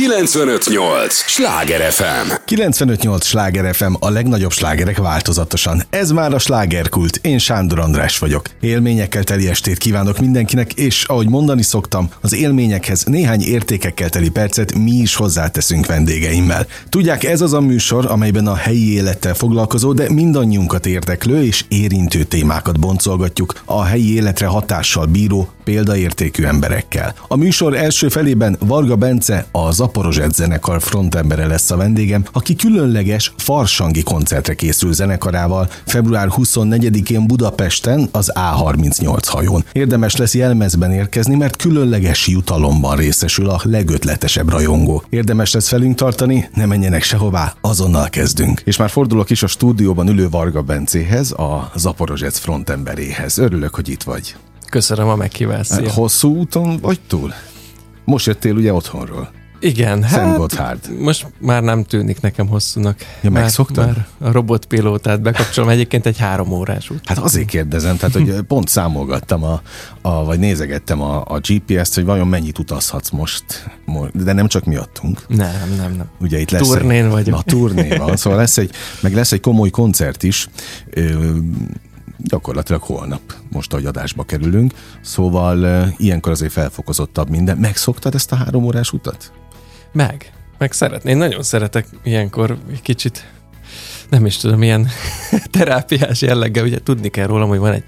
95.8 Sláger FM. 95.8 Sláger FM, a legnagyobb slágerek változatosan. Ez már a slágerkult. Én Sándor András vagyok. Élményekkel teli estét kívánok mindenkinek, és ahogy mondani szoktam, az élményekhez néhány értékekkel teli percet mi is hozzáteszünk vendégeimmel. Tudják, ez az a műsor, amelyben a helyi élettel foglalkozó, de mindannyiunkat érdeklő és érintő témákat boncolgatjuk a helyi életre hatással bíró, példaértékű emberekkel. A műsor első felében Varga Bence, a Zaporozsec zenekar frontembere lesz a vendégem, aki különleges farsangi koncertre készül zenekarával február 24-én Budapesten az A38 hajón. Érdemes lesz jelmezben érkezni, mert különleges jutalomban részesül a legötletesebb rajongó. Érdemes lesz velünk tartani, ne menjenek sehová, azonnal kezdünk. És már fordulok is a stúdióban ülő Varga Bencéhez, a Zaporozsec frontemberéhez. Örülök, hogy itt vagy. Köszönöm a meghívást. Hosszú úton vagy túl? Most jöttél ugye otthonról. Igen, Szent Gotthárd. Most már nem tűnik nekem hosszúnak. Ja, megszoktad? Már a robotpilótát bekapcsolom, egyébként egy 3 órás út. Hát azért kérdezem, tehát hogy pont számolgattam, vagy nézegettem a GPS-t, hogy vajon mennyit utazhatsz most, de nem csak miattunk. Nem. Ugye itt lesz turnén vagyok. A turnén van, szóval lesz egy komoly koncert is, gyakorlatilag holnap, most ahogy adásba kerülünk, szóval ilyenkor azért felfokozottabb minden. Megszoktad ezt a 3 órás utat? Meg szeretném. Én nagyon szeretek ilyenkor egy kicsit, nem is tudom, ilyen terápiás jelleggel, ugye tudni kell rólam, hogy van egy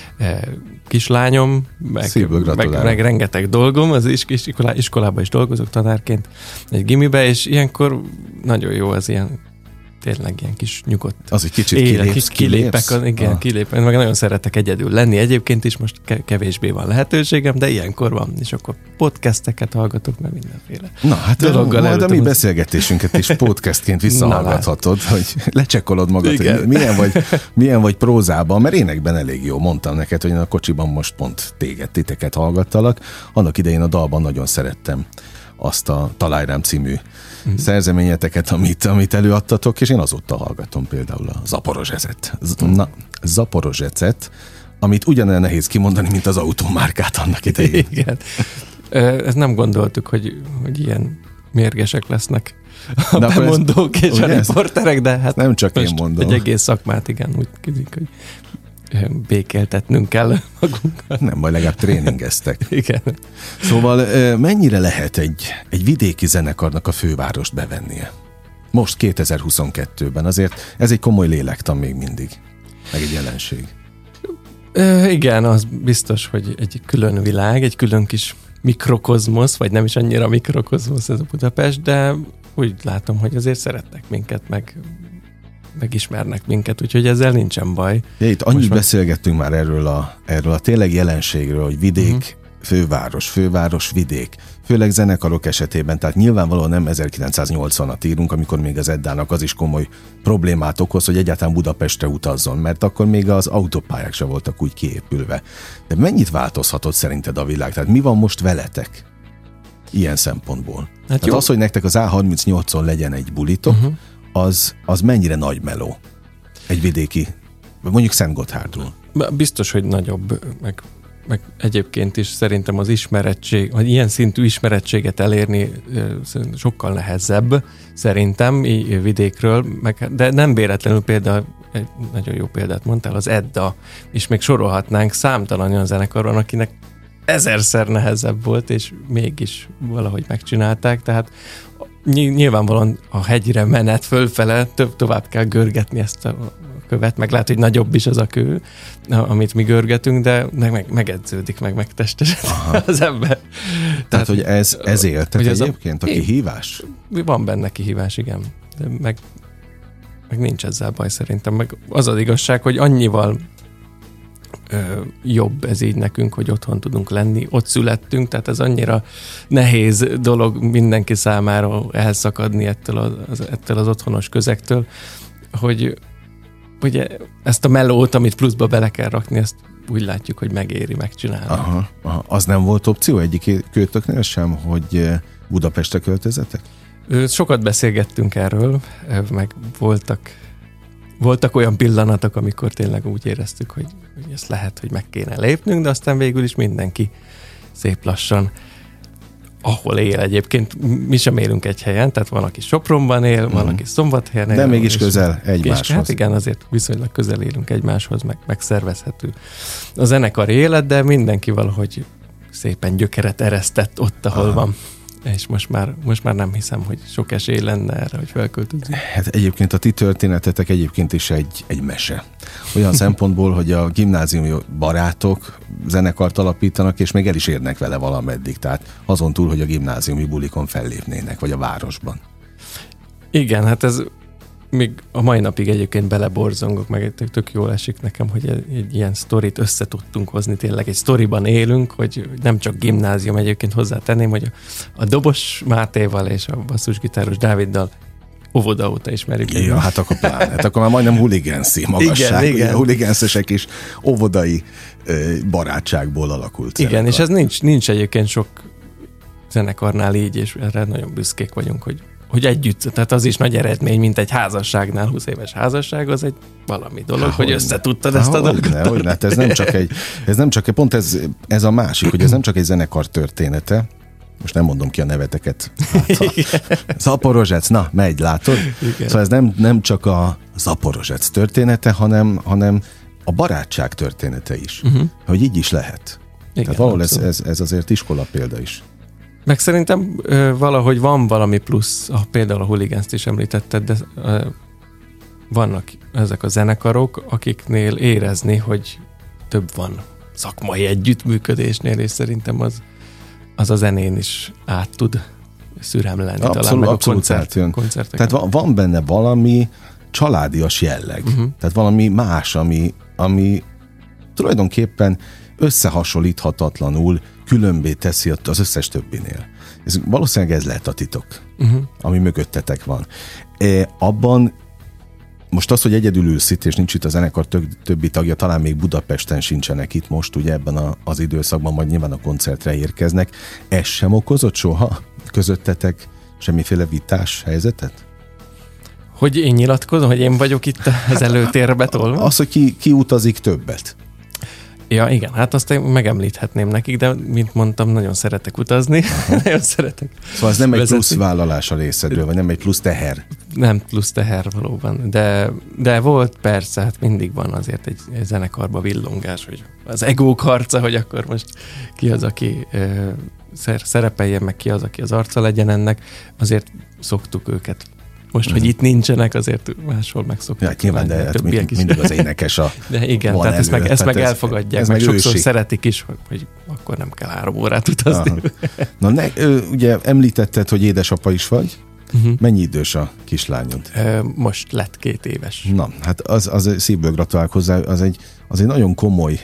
kislányom, meg rengeteg dolgom, az iskolában is dolgozok tanárként egy gimibe, és ilyenkor nagyon jó az ilyen tényleg ilyen kis nyugodt. Az egy kicsit kilépek. Igen, kilépek. Meg nagyon szeretek egyedül lenni. Egyébként is most kevésbé van lehetőségem, de ilyenkor van. És akkor podcasteket hallgatok, meg mindenféle. Na, hát majd a mi beszélgetésünket is podcastként visszahallgathatod, hogy lecsekkolod magad, hogy milyen vagy prózában, mert énekben elég jó. Mondtam neked, hogy én a kocsiban most pont titeket hallgattalak. Annak idején a dalban nagyon szerettem azt a Találj rám című szerzeményeteket, amit előadtatok, és én azóta hallgatom például a Zaporozsecet, amit ugyanolyan nehéz kimondani, mint az autómárkát annak idején. Igen. Ezt nem gondoltuk, hogy ilyen mérgesek lesznek a bemondók és a riporterek, de hát nem csak én mondom. Egy egész szakmát, igen, úgy kizik, hogy békéltetnünk kell magunkat. Nem, majd legalább tréningeztek. Igen. Szóval mennyire lehet egy vidéki zenekarnak a fővárost bevennie? Most 2022-ben azért ez egy komoly lélektan még mindig, meg egy jelenség. Igen, az biztos, hogy egy külön világ, egy külön kis mikrokozmosz, vagy nem is annyira mikrokozmosz ez a Budapest, de úgy látom, hogy azért szeretnek minket, megismernek minket, úgyhogy ezzel nincsen baj. Ja, itt annyit beszélgettünk már erről a tényleg jelenségről, hogy vidék, főváros, vidék. Főleg zenekarok esetében, tehát nyilvánvalóan nem 1980-at írunk, amikor még az Eddának az is komoly problémát okoz, hogy egyáltalán Budapestre utazzon, mert akkor még az autópályák se voltak úgy kiépülve. De mennyit változhatott szerinted a világ? Tehát mi van most veletek ilyen szempontból? Hát az, hogy nektek az A38-on legyen egy bulitok, az mennyire nagy meló egy vidéki, mondjuk Szent Gotthárdról? Biztos, hogy nagyobb, meg egyébként is szerintem az ismerettség, vagy ilyen szintű ismerettséget elérni sokkal nehezebb szerintem vidékről, de nem véletlenül például egy nagyon jó példát mondtál, az Edda, és még sorolhatnánk számtalan olyan zenekarban, akinek 1000-szer nehezebb volt, és mégis valahogy megcsinálták, tehát nyilvánvalóan a hegyre menet fölfele tovább kell görgetni ezt a követ, meg lehet, hogy nagyobb is az a kő, amit mi görgetünk, de megedződik, megtestesedik az ember. Tehát, hogy ez éltek egyébként a kihívás? Van benne kihívás, igen. De meg nincs ezzel baj szerintem. Meg az az igazság, hogy annyival jobb ez így nekünk, hogy otthon tudunk lenni, ott születtünk, tehát ez annyira nehéz dolog mindenki számára elszakadni ettől az otthonos közegtől, hogy ugye ezt a melót, amit pluszba bele kell rakni, ezt úgy látjuk, hogy megéri megcsinálni. Aha. Az nem volt opció egyik költöknél sem, hogy Budapestre költözetek? Sokat beszélgettünk erről, meg voltak olyan pillanatok, amikor tényleg úgy éreztük, hogy ezt lehet, hogy meg kéne lépnünk, de aztán végül is mindenki szép lassan ahol él egyébként. Mi sem élünk egy helyen, tehát van, aki Sopronban él, van, aki Szombathelyen él. De mégis közel egymáshoz. Hát igen, azért viszonylag közel élünk egymáshoz, meg szervezhető a zenekari élet, de mindenki valahogy szépen gyökeret eresztett ott, ahol van. És most már nem hiszem, hogy sok esély lenne erre, hogy felköltözzünk. Hát egyébként a ti történetetek egyébként is egy mese. Olyan szempontból, hogy a gimnáziumi barátok zenekart alapítanak, és még el is érnek vele valameddig. Tehát azon túl, hogy a gimnáziumi bulikon fellépnének, vagy a városban. Igen, hát ez még a mai napig egyébként beleborzongok, meg tök jól esik nekem, hogy egy ilyen sztorit össze tudtunk hozni, tényleg egy sztoriban élünk, hogy nem csak gimnázium, egyébként hozzátenném, hogy a Dobos Mátéval és a basszusgitáros Dáviddal óvoda óta ismerjük. Ja, hát akkor pláne. Hát akkor már majdnem huligánszí magasság. Igen. Huligánszesek is óvodai barátságból alakult. Igen, zenekar. És ez nincs egyébként sok zenekarnál így, és erre nagyon büszkék vagyunk, hogy együtt, tehát az is nagy eredmény, mint egy házasságnál, 20 éves házasság, az egy valami dolog, hogy összetudtad ezt a dolgot. Hogyne, hát ez nem csak pont ez a másik, hogy ez nem csak egy zenekar története, most nem mondom ki a neveteket. Zaporozsec, na, megy, látod? Igen. Szóval ez nem csak a Zaporozsec története, hanem a barátság története is. Hogy így is lehet. Igen, tehát valahol ez azért iskola példa is. Meg szerintem valahogy van valami plusz, például a Hooligans-t is említetted, de vannak ezek a zenekarok, akiknél érezni, hogy több van szakmai együttműködésnél, és szerintem az a zenén is át tud szüremleni. Talán meg a koncerteken. Tehát van benne valami családias jelleg. Tehát valami más, ami tulajdonképpen összehasonlíthatatlanul különbé teszi az összes többinél. Valószínűleg ez lehet a titok, ami mögöttetek van. Abban most az, hogy egyedül ülsz itt, és nincs itt a zenekar többi tagja, talán még Budapesten sincsenek itt most, ugye ebben az időszakban, majd nyilván a koncertre érkeznek. Ez sem okozott soha közöttetek semmiféle vitás helyzetet? Hogy én nyilatkozom, hogy én vagyok itt az előtérbe tolva? Az, hogy ki utazik többet. Ja, igen, hát azt én megemlíthetném nekik, de mint mondtam, nagyon szeretek utazni. Nagyon szeretek. Szóval ez nem egy plusz vállalás a részedről, vagy nem egy plusz teher? Nem plusz teher valóban, de volt persze, hát mindig van azért egy zenekarba villongás, hogy az egók harca, hogy akkor most ki az, aki szerepeljen, meg ki az, aki az arca legyen ennek. Azért szoktuk őket. Most, hogy itt nincsenek, azért máshol megszokták. Ja, nyilván, de hát mindig az énekes de igen, tehát ezt meg elfogadják, ez meg sokszor ősi. Szeretik is, hogy akkor nem kell 3 órát utazni. Na, ugye említetted, hogy édesapa is vagy. Mennyi idős a kislányod? Most lett 2 éves. Na, hát az szívből gratulálok hozzá, az egy nagyon komoly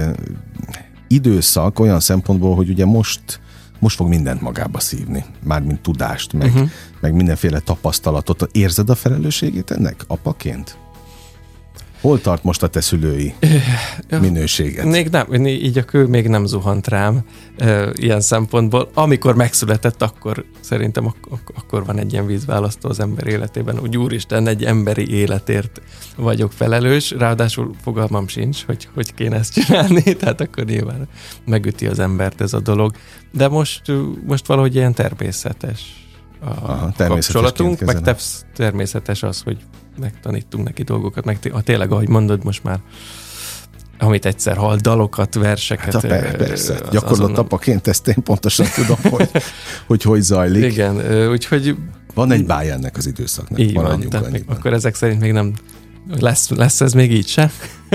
időszak olyan szempontból, hogy ugye most fog mindent magába szívni, mármint tudást, meg mindenféle tapasztalatot. Érzed a felelősségét ennek apaként? Hol tart most a te szülői minőséget? Még nem, így a kő még nem zuhant rám ilyen szempontból. Amikor megszületett, akkor szerintem akkor van egy ilyen vízválasztó az ember életében, hogy úristen, egy emberi életért vagyok felelős, ráadásul fogalmam sincs, hogy kéne ezt csinálni, tehát akkor nyilván megüti az embert ez a dolog. De most valahogy ilyen természetes a kapcsolatunk, meg természetes az, hogy megtanítunk neki dolgokat, meg tényleg, ahogy mondod, most már amit egyszer hall, dalokat, verseket. Hát persze, gyakorlott apaként ezt én pontosan tudom, hogy zajlik. Igen, úgyhogy... Van egy bája ennek az időszaknak. Így van, tehát akkor ezek szerint még nem lesz ez még így sem?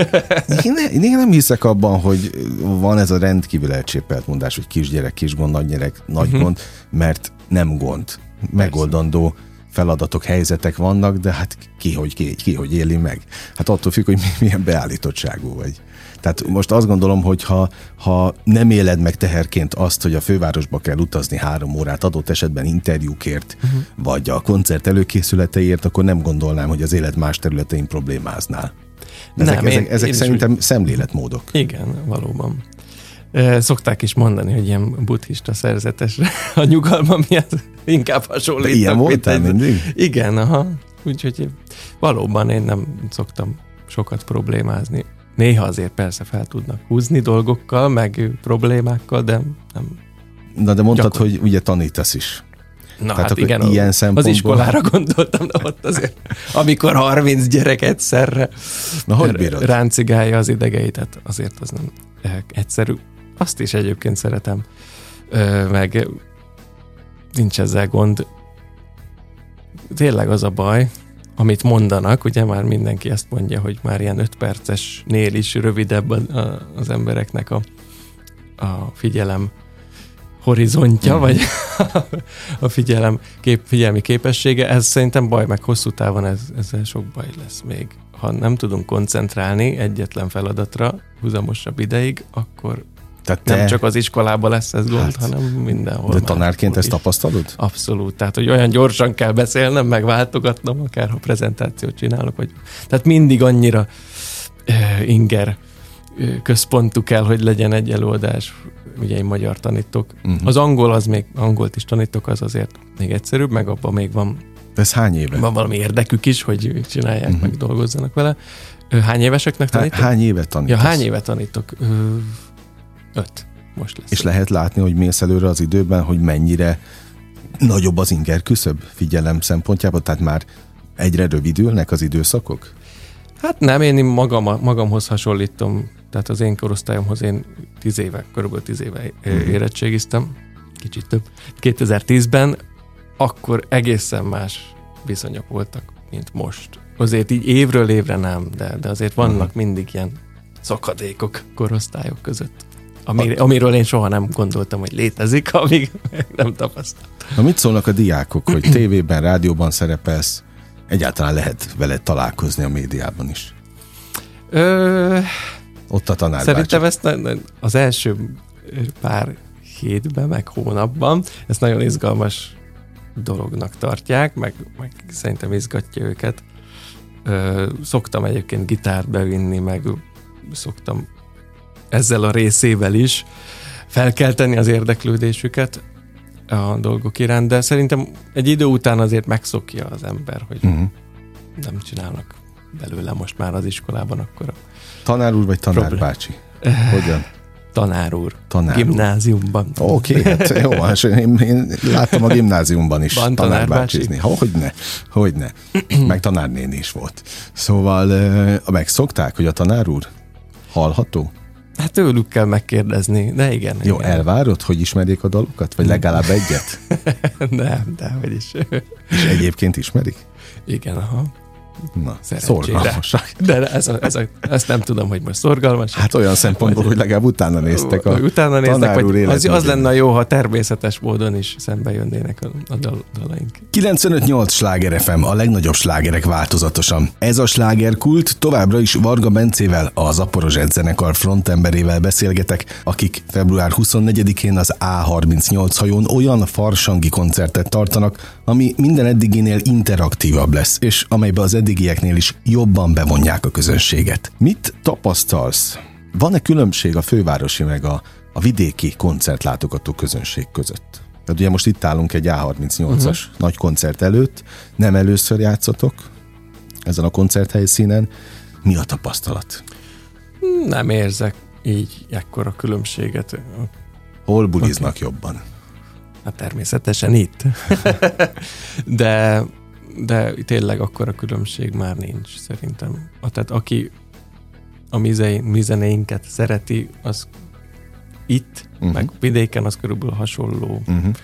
Én nem hiszek abban, hogy van ez a rendkívül elcsépelt mondás, hogy kisgyerek, kisgond, nagygyerek, nagy gond, mert nem gond. Megoldandó feladatok, helyzetek vannak, de hát ki hogy éli meg. Hát attól függ, hogy milyen beállítottságú vagy. Tehát most azt gondolom, hogy ha nem éled meg teherként azt, hogy a fővárosba kell utazni 3 órát adott esetben interjúkért, vagy a koncert előkészületeiért, akkor nem gondolnám, hogy az élet más területein problémáznál. Ezek szerintem szemléletmódok. Igen, valóban. Szokták is mondani, hogy ilyen buddhista szerzetesre a nyugalma miatt inkább hasonlítok. Ilyen voltál mindig? Igen, aha. Úgyhogy valóban én nem szoktam sokat problémázni. Néha azért persze fel tudnak húzni dolgokkal, meg problémákkal, de nem. Na de mondtad, hogy ugye tanítasz is. Na tehát hát igen, ilyen az iskolára gondoltam, de ott azért, amikor 30 gyerek egyszerre ráncigálja az idegeit, tehát azért az nem egyszerű. Azt is egyébként szeretem, meg nincs ezzel gond. Tényleg az a baj, amit mondanak, ugye már mindenki ezt mondja, hogy már ilyen 5 percesnél is rövidebb az embereknek a figyelem horizontja, vagy a figyelmi képessége. Ez szerintem baj, meg hosszú távon ezzel sok baj lesz még. Ha nem tudunk koncentrálni egyetlen feladatra húzamosabb ideig, akkor nem csak az iskolában lesz ez gond, hanem mindenhol. De tanárként ezt tapasztalod? Abszolút. Tehát, hogy olyan gyorsan kell beszélnem, meg váltogatnom, akár ha prezentációt csinálok. Tehát mindig annyira inger központú kell, hogy legyen egy előadás. Ugye én magyar tanítok. Az angolt is tanítok, az azért még egyszerűbb, meg abban még van. Ez hány éve? Van valami érdekük is, hogy csinálják, meg dolgozzanak vele. Hány éveseknek tanítok? Hány éve tanítasz? Ja, hány éve tanítok? 5 most lesz. És lehet látni, hogy mész előre az időben, hogy mennyire nagyobb az inger küszöb figyelem szempontjából, tehát már egyre rövidülnek az időszakok? Hát nem, én magamhoz hasonlítom, tehát az én korosztályomhoz én körülbelül 10 éve érettségiztem, kicsit több. 2010-ben akkor egészen más viszonyok voltak, mint most. Azért így évről évre nem, de azért vannak mindig ilyen szakadékok korosztályok között. Amiről én soha nem gondoltam, hogy létezik, amíg nem tapasztaltam. Na mit szólnak a diákok, hogy tévében, rádióban szerepelsz, egyáltalán lehet veled találkozni a médiában is? Ott a tanárbácsi. Szerintem ezt az első pár hétben, meg hónapban ezt nagyon izgalmas dolognak tartják, meg szerintem izgatja őket. Szoktam egyébként gitárt bevinni, meg szoktam ezzel a részével is felkelteni az érdeklődésüket a dolgok iránt, de szerintem egy idő után azért megszokja az ember, hogy nem csinálnak belőle most már az iskolában akkor a tanár úr vagy tanárbácsi? Hogyan? Tanár úr. Gimnáziumban. Oké, hát jó, én láttam a gimnáziumban is tanárbácsizni. Hogyne. Meg tanárnéni is volt. Szóval megszokták, hogy a tanár úr hallható? Hát tőlük kell megkérdezni, de igen. Jó, igen. Elvárod, hogy ismerjék a dalokat? Vagy legalább egyet? Nem, de hogy is. És egyébként ismerik? Igen, aha. Na, szorgalmasak. De ezt nem tudom, hogy most szorgalmas. Hát olyan szempontból, hogy legalább utána néztek a tanár úr életében. Az lenne jó, ha természetes módon is szembe jönnének a dalaink. 95.8 Sláger FM, a legnagyobb slágerek változatosan. Ez a slágerkult, továbbra is Varga Bencével, a Zaporozsett zenekar frontemberével beszélgetek, akik február 24-én az A38 hajón olyan farsangi koncertet tartanak, ami minden eddiginél interaktívabb lesz, és amelybe az eddigieknél is jobban bevonják a közönséget. Mit tapasztalsz? Van-e különbség a fővárosi meg a vidéki koncertlátogató közönség között? Tehát ugye most itt állunk egy A38-as nagy koncert előtt, nem először játszotok ezen a koncerthelyszínen. Mi a tapasztalat? Nem érzek így ekkora különbséget. Hol buliznak jobban? Hát természetesen itt. De tényleg akkora különbség már nincs, szerintem. Tehát aki a mi zenéinket szereti, az itt, meg vidéken, az körülbelül hasonló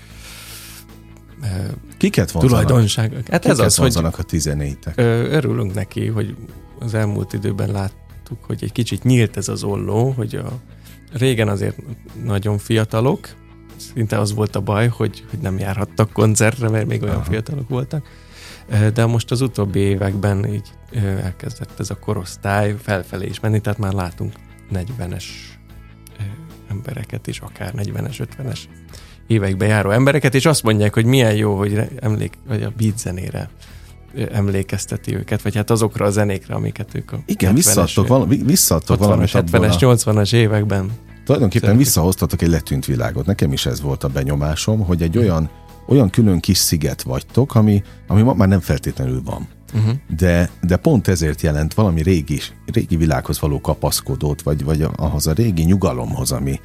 Kiket vonzanak? Tulajdonságok. Hát ez az, vonzanak a ti zenéitek? Örülünk neki, hogy az elmúlt időben láttuk, hogy egy kicsit nyílt ez az olló, hogy régen azért nagyon fiatalok, szinte az volt a baj, hogy nem járhattak koncertre, mert még olyan fiatalok voltak. De most az utóbbi években így elkezdett ez a korosztály felfelé is menni, tehát már látunk 40-es embereket is, akár 40-es, 50-es években járó embereket, és azt mondják, hogy milyen jó, hogy a beat zenére emlékezteti őket, vagy hát azokra a zenékre, amiket ők a igen, visszaadtok valamit 70-es, 80-as években. Tulajdonképpen visszahoztatok egy letűnt világot. Nekem is ez volt a benyomásom, hogy egy olyan külön kis sziget vagytok, ami ma már nem feltétlenül van. De pont ezért jelent valami régi világhoz való kapaszkodót, vagy ahhoz a régi nyugalomhoz, ami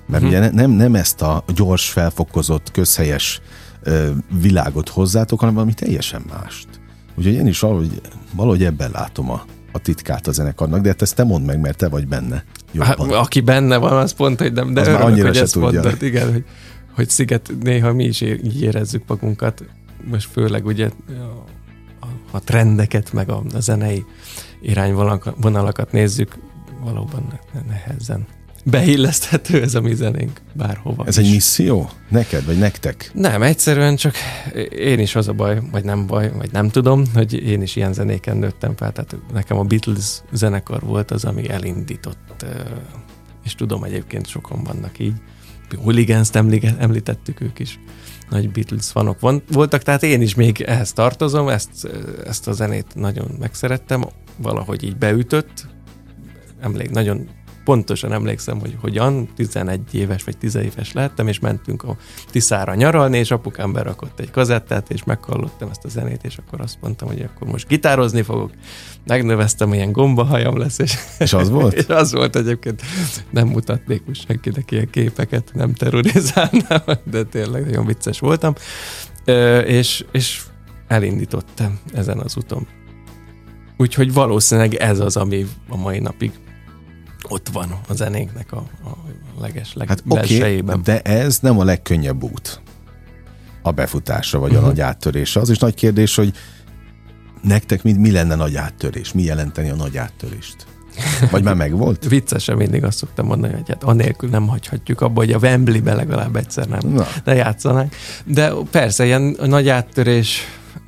Mert ugye nem ezt a gyors, felfokozott, közhelyes világot hozzátok, hanem valami teljesen mást. Úgyhogy én is valahogy ebben látom a titkát a zenekarnak, de hát ezt te mondd meg, mert te vagy benne. Hát, aki benne van, az pont, hogy nem, de örülök, hogy ezt mondtad. Igen, hogy Sziget, néha mi is így érezzük magunkat, most főleg ugye a trendeket, meg a zenei irányvonalakat nézzük, valóban nehezen beilleszthető ez a mi zenénk bárhova. Ez egy misszió? Neked, vagy nektek? Nem, egyszerűen csak én is az a baj, vagy nem tudom, hogy én is ilyen zenéken nőttem fel, tehát nekem a Beatles zenekar volt az, ami elindított, és tudom, egyébként sokan vannak így. Hooligans-t említettük, ők is nagy Beatles fanok voltak, tehát én is még ehhez tartozom, ezt a zenét nagyon megszerettem, valahogy így beütött, nagyon pontosan emlékszem, hogy hogyan, 11 éves vagy 10 éves lehettem, és mentünk a Tiszára nyaralni, és apukám berakott egy kazettát, és meghallottam ezt a zenét, és akkor azt mondtam, hogy akkor most gitározni fogok. Megnöveztem, ilyen gombahajam lesz, és az volt? És az volt egyébként. Nem mutatnék most senkinek ilyen képeket, nem terrorizálnám, de tényleg nagyon vicces voltam. És elindítottam ezen az úton. Úgyhogy valószínűleg ez az, ami a mai napig ott van a zenénknek a legbelsejében. Okay, de ez nem a legkönnyebb út a befutásra, vagy a nagy áttörésre. Az is nagy kérdés, hogy nektek mi lenne nagy áttörés? Mi jelenteni a nagy áttörést? Vagy már megvolt? Viccesen mindig azt szoktam mondani, hogy hát anélkül nem hagyhatjuk abba, hogy a Wembleybe legalább egyszer ne játszanánk. De persze, ilyen nagy áttörés...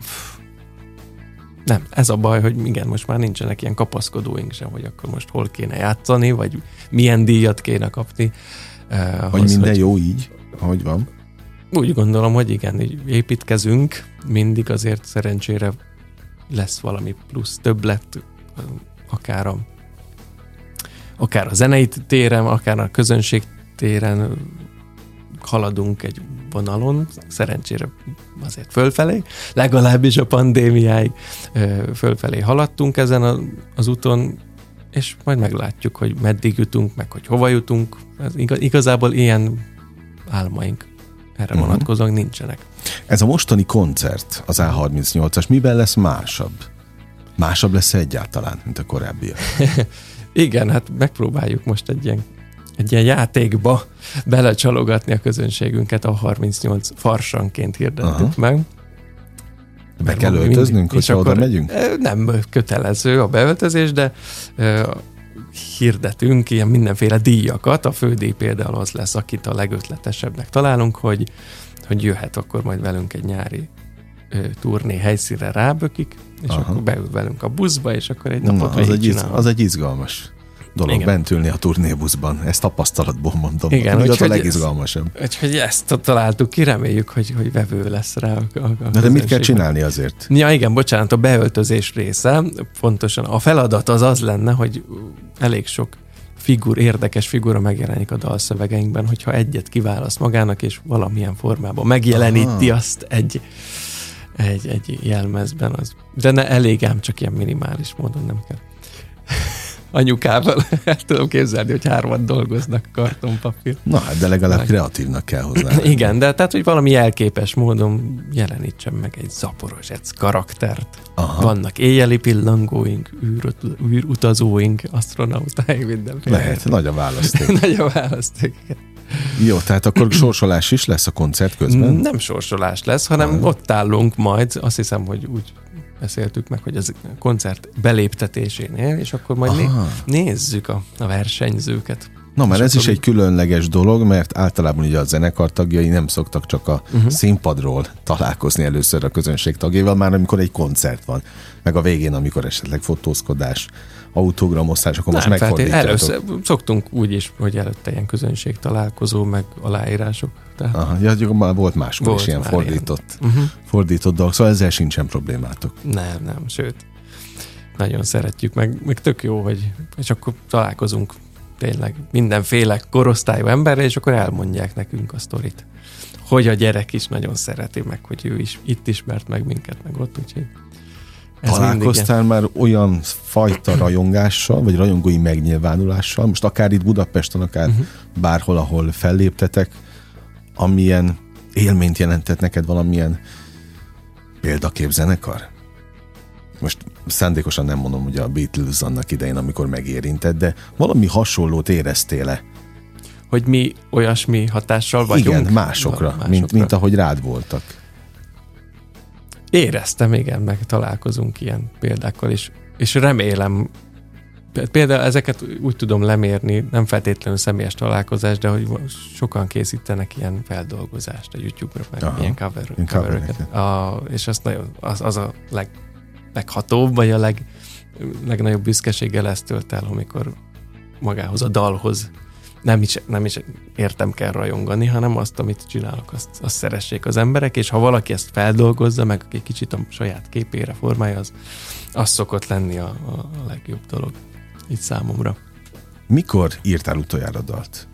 Nem, ez a baj, hogy igen, most már nincsenek ilyen kapaszkodóink sem, hogy akkor most hol kéne játszani, vagy milyen díjat kéne kapni. Hogy minden jó így, ahogy van? Úgy gondolom, hogy igen, így építkezünk, mindig azért szerencsére lesz valami plusz többlet, akár a zenei téren, akár a közönség téren haladunk egy vonalon, szerencsére azért fölfelé, legalábbis a pandémiáig fölfelé haladtunk ezen az úton, és majd meglátjuk, hogy meddig jutunk, meg hogy hova jutunk. Igazából ilyen álmaink erre vonatkozóan nincsenek. Ez a mostani koncert, az A38-as, miben lesz másabb? Másabb lesz egyáltalán, mint a korábbiak? Igen, hát megpróbáljuk most egy ilyen játékba belecsalogatni a közönségünket, a 38 farsanként hirdettük meg. Be kell öltöznünk, hogyha oda megyünk? Nem kötelező a beöltözés, de hirdetünk ilyen mindenféle díjakat. A fődíj például az lesz, akit a legötletesebbnek találunk, hogy jöhet akkor majd velünk egy nyári turné helyszínre Rábökig, és akkor beül velünk a buszba, és akkor egy napot végigcsinálunk. Az egy izgalmas dolog, igen. Bent ülni a turnébuszban. Ezt tapasztalatból mondom. Igen, az a legizgalmasabb. Úgyhogy ezt találtuk ki, reméljük, hogy vevő lesz rá a de mit kell csinálni azért? Ja, igen, bocsánat, a beöltözés része, pontosan a feladat az lenne, hogy elég sok érdekes figura megjelenik a dalszövegeinkben, hogyha egyet kiválaszt magának, és valamilyen formában megjeleníti azt egy jelmezben. De ne elég ám, csak ilyen minimális módon nem kell. Anyukával el tudom képzelni, hogy 3 dolgoznak kartonpapír. Na hát, de legalább kreatívnak kell hozzá. Igen, de tehát, hogy valami jelképes módon jelenítsen meg egy Zaporozsec karaktert. Aha. Vannak éjjeli pillangóink, űrutazóink, asztronautáink, mindenféle. Lehet, nagy a választék. Nagy a választék, igen. Jó, tehát akkor sorsolás is lesz a koncert közben? Nem sorsolás lesz, hanem ott állunk majd, azt hiszem, hogy úgy beszéltük meg, hogy ez a koncert beléptetésénél, és akkor majd nézzük a versenyzőket. Na, mert ez is egy különleges dolog, mert általában ugye a zenekar tagjai nem szoktak csak a színpadról találkozni először a közönség tagjaival, már amikor egy koncert van, meg a végén, amikor esetleg fotózkodás, autogramosztás, akkor most megfordítjátok. Először szoktunk úgy is, hogy előtte ilyen közönség találkozó, meg aláírások. Tehát... Aha, már volt máskor is ilyen fordított dolog, szóval ezzel sincsen problémátok. Nem, sőt, nagyon szeretjük, meg tök jó, hogy és akkor találkozunk tényleg mindenféle korosztályú emberre, és akkor elmondják nekünk a sztorit. Hogy a gyerek is nagyon szereti, meg hogy ő is itt ismert meg minket, meg ott, úgyhogy Találkoztál már olyan fajta rajongással, vagy rajongói megnyilvánulással, most akár itt Budapesten, akár bárhol, ahol felléptetek, amilyen élményt jelentett neked valamilyen példaképzenekar? Most szándékosan nem mondom, hogy a Beatles annak idején, amikor megérintett, de valami hasonlót éreztél-e? Hogy mi olyasmi hatással vagyunk? Igen, másokra. Mint ahogy rád voltak. Éreztem, igen, meg találkozunk ilyen példákkal is. És remélem, például ezeket úgy tudom lemérni, nem feltétlenül személyes találkozás, de hogy sokan készítenek ilyen feldolgozást a YouTube-ra, meg ilyen coveröket. És azt nagyon, az a leghatóbb, vagy a legnagyobb büszkeséggel ezt tölt el, amikor magához a dalhoz nem is értem kell rajongani, hanem azt, amit csinálok, azt szeressék az emberek, és ha valaki ezt feldolgozza, meg egy kicsit a saját képére formálja, az szokott lenni a legjobb dolog így számomra. Mikor írtál utoljára dalt?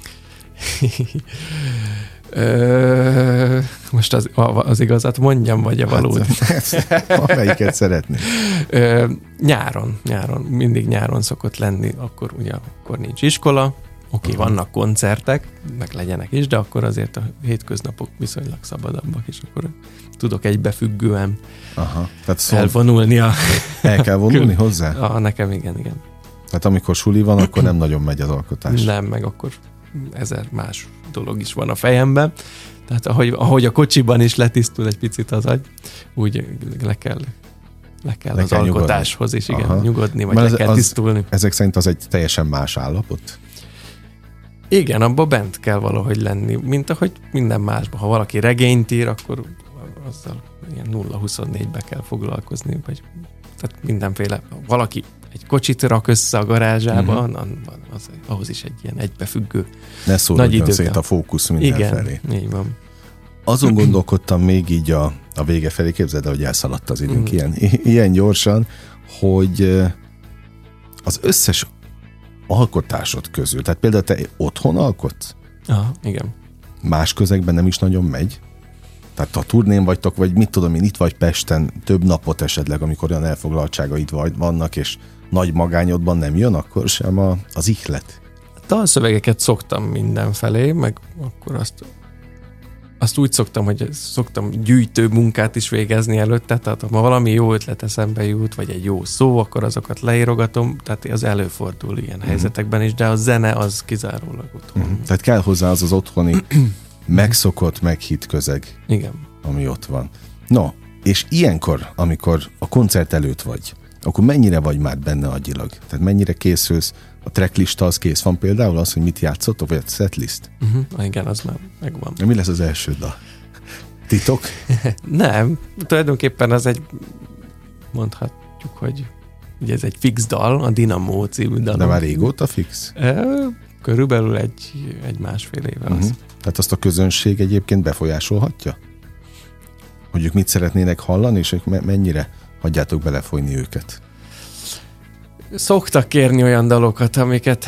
Most az igazat mondjam, vagy a valódi? Amelyiket szeretnél? Nyáron. Mindig nyáron szokott lenni, akkor nincs iskola, vannak koncertek, meg legyenek is, de akkor azért a hétköznapok viszonylag szabadabbak, és akkor tudok egybefüggően elvonulni. El kell vonulni hozzá? Nekem igen. Tehát amikor suli van, akkor nem nagyon megy az alkotás. Nem, meg akkor 1000 más dolog is van a fejemben. Tehát ahogy a kocsiban is letisztul egy picit az agy, úgy le kell az alkotáshoz is nyugodni, vagy le kell tisztulni. Ezek szerint az egy teljesen más állapot? Igen, abban bent kell valahogy lenni, mint ahogy minden másban. Ha valaki regényt ír, akkor azzal ilyen 0-24-be kell foglalkozni, vagy tehát mindenféle. Valaki egy kocsit rak össze a garázsában, ahhoz is egy ilyen egybefüggő ne szóradjon szét a fókusz mindenfelé. Igen, így van. Azon gondolkodtam még így a vége felé, képzeld el, hogy elszaladt az időnk ilyen gyorsan, hogy az összes alkotásod közül, tehát például te otthon alkotsz? Igen. Más közegben nem is nagyon megy? Tehát ha turnén vagytok, vagy mit tudom én, itt vagy Pesten több napot esetleg, amikor olyan elfoglaltságaid vannak, és nagy magányodban nem jön, akkor sem az ihlet? Dalszövegeket szoktam mindenfelé, meg akkor azt úgy szoktam, hogy szoktam gyűjtő munkát is végezni előtte, tehát ha valami jó ötlet eszembe jut, vagy egy jó szó, akkor azokat leírogatom, tehát az előfordul ilyen helyzetekben is, de a zene az kizárólag otthon. Tehát kell hozzá az otthoni megszokott, meghitt közeg, igen, ami ott van. No, és ilyenkor, amikor a koncert előtt vagy, akkor mennyire vagy már benne agyilag? Tehát mennyire készülsz? A tracklista az kész van például az, hogy mit játszottok, vagy a setlist? Igen, az már megvan. Mi lesz az első dal? Titok? Nem, tulajdonképpen az mondhatjuk, hogy ugye ez egy fix dal, a Dinamo című dal. De már régóta fix? Körülbelül egy másfél éve az. Tehát azt a közönség egyébként befolyásolhatja? Hogy ők mit szeretnének hallani, és mennyire hagyjátok belefolyni őket? Szoktak kérni olyan dalokat, amiket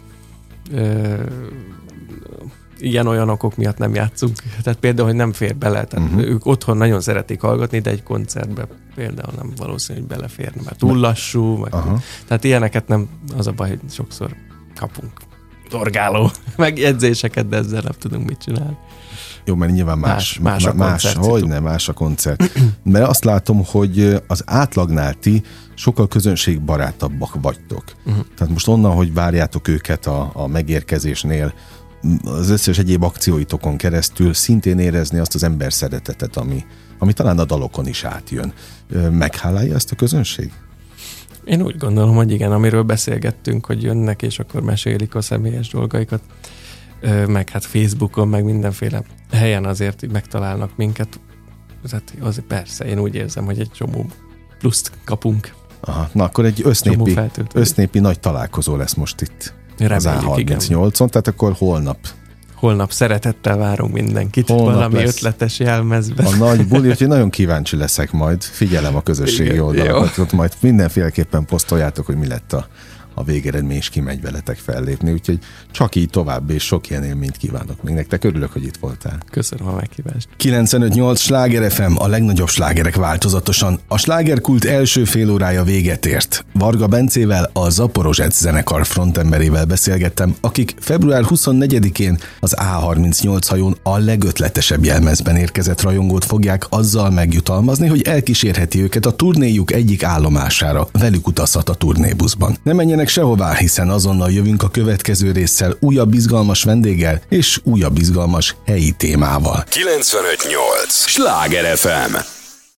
ilyen-olyan okok miatt nem játszunk. Tehát például, hogy nem fér bele. Tehát ők otthon nagyon szeretik hallgatni, de egy koncertbe például nem valószínű, hogy beleférne, mert túl lassú. Tehát ilyeneket nem, az a baj, hogy sokszor kapunk dorgáló megjegyzéseket, de ezzel nem tudunk mit csinálni. Jó, mert nyilván más a koncert. Mert azt látom, hogy az átlagnál ti sokkal közönségbarátabbak vagytok. Tehát most onnan, hogy várjátok őket a megérkezésnél, az összes egyéb akcióitokon keresztül szintén érezni azt az ember szeretetet, ami talán a dalokon is átjön. Meghálálja ezt a közönség? Én úgy gondolom, hogy igen, amiről beszélgettünk, hogy jönnek, és akkor mesélik a személyes dolgaikat, meg hát Facebookon, meg mindenféle helyen azért megtalálnak minket. Tehát azért persze, én úgy érzem, hogy egy csomó pluszt kapunk. Aha, na akkor egy össznépi nagy találkozó lesz most itt. Reméljük, az A38-on, tehát akkor holnap szeretettel várunk mindenkit, valami ötletes jelmezben. A nagy buli, úgyhogy nagyon kíváncsi leszek majd. Figyelem a közösségi oldalakat, ott majd mindenféleképpen posztoljátok, hogy mi lett a végeredmény is kimegy veletek fellépni, úgyhogy csak így tovább, és sok ilyen élményt kívánok még nektek. Örülök, hogy itt voltál. Köszönöm a meghívást. 95.8 Sláger FM, a legnagyobb slágerek változatosan. A slágerkult első fél órája véget ért. Varga Bencével, a Zaporozsec zenekar frontemberével beszélgettem, akik február 24-én az A38 hajón a legötletesebb jelmezben érkezett rajongót fogják azzal megjutalmazni, hogy elkísérheti őket a turnéjuk egyik állomására. Velük utazhat a turnébuszban. Ne menjenek sehová, hiszen azonnal jövünk a következő résszel újabb izgalmas vendéggel és újabb izgalmas helyi témával. 95.8 Sláger FM.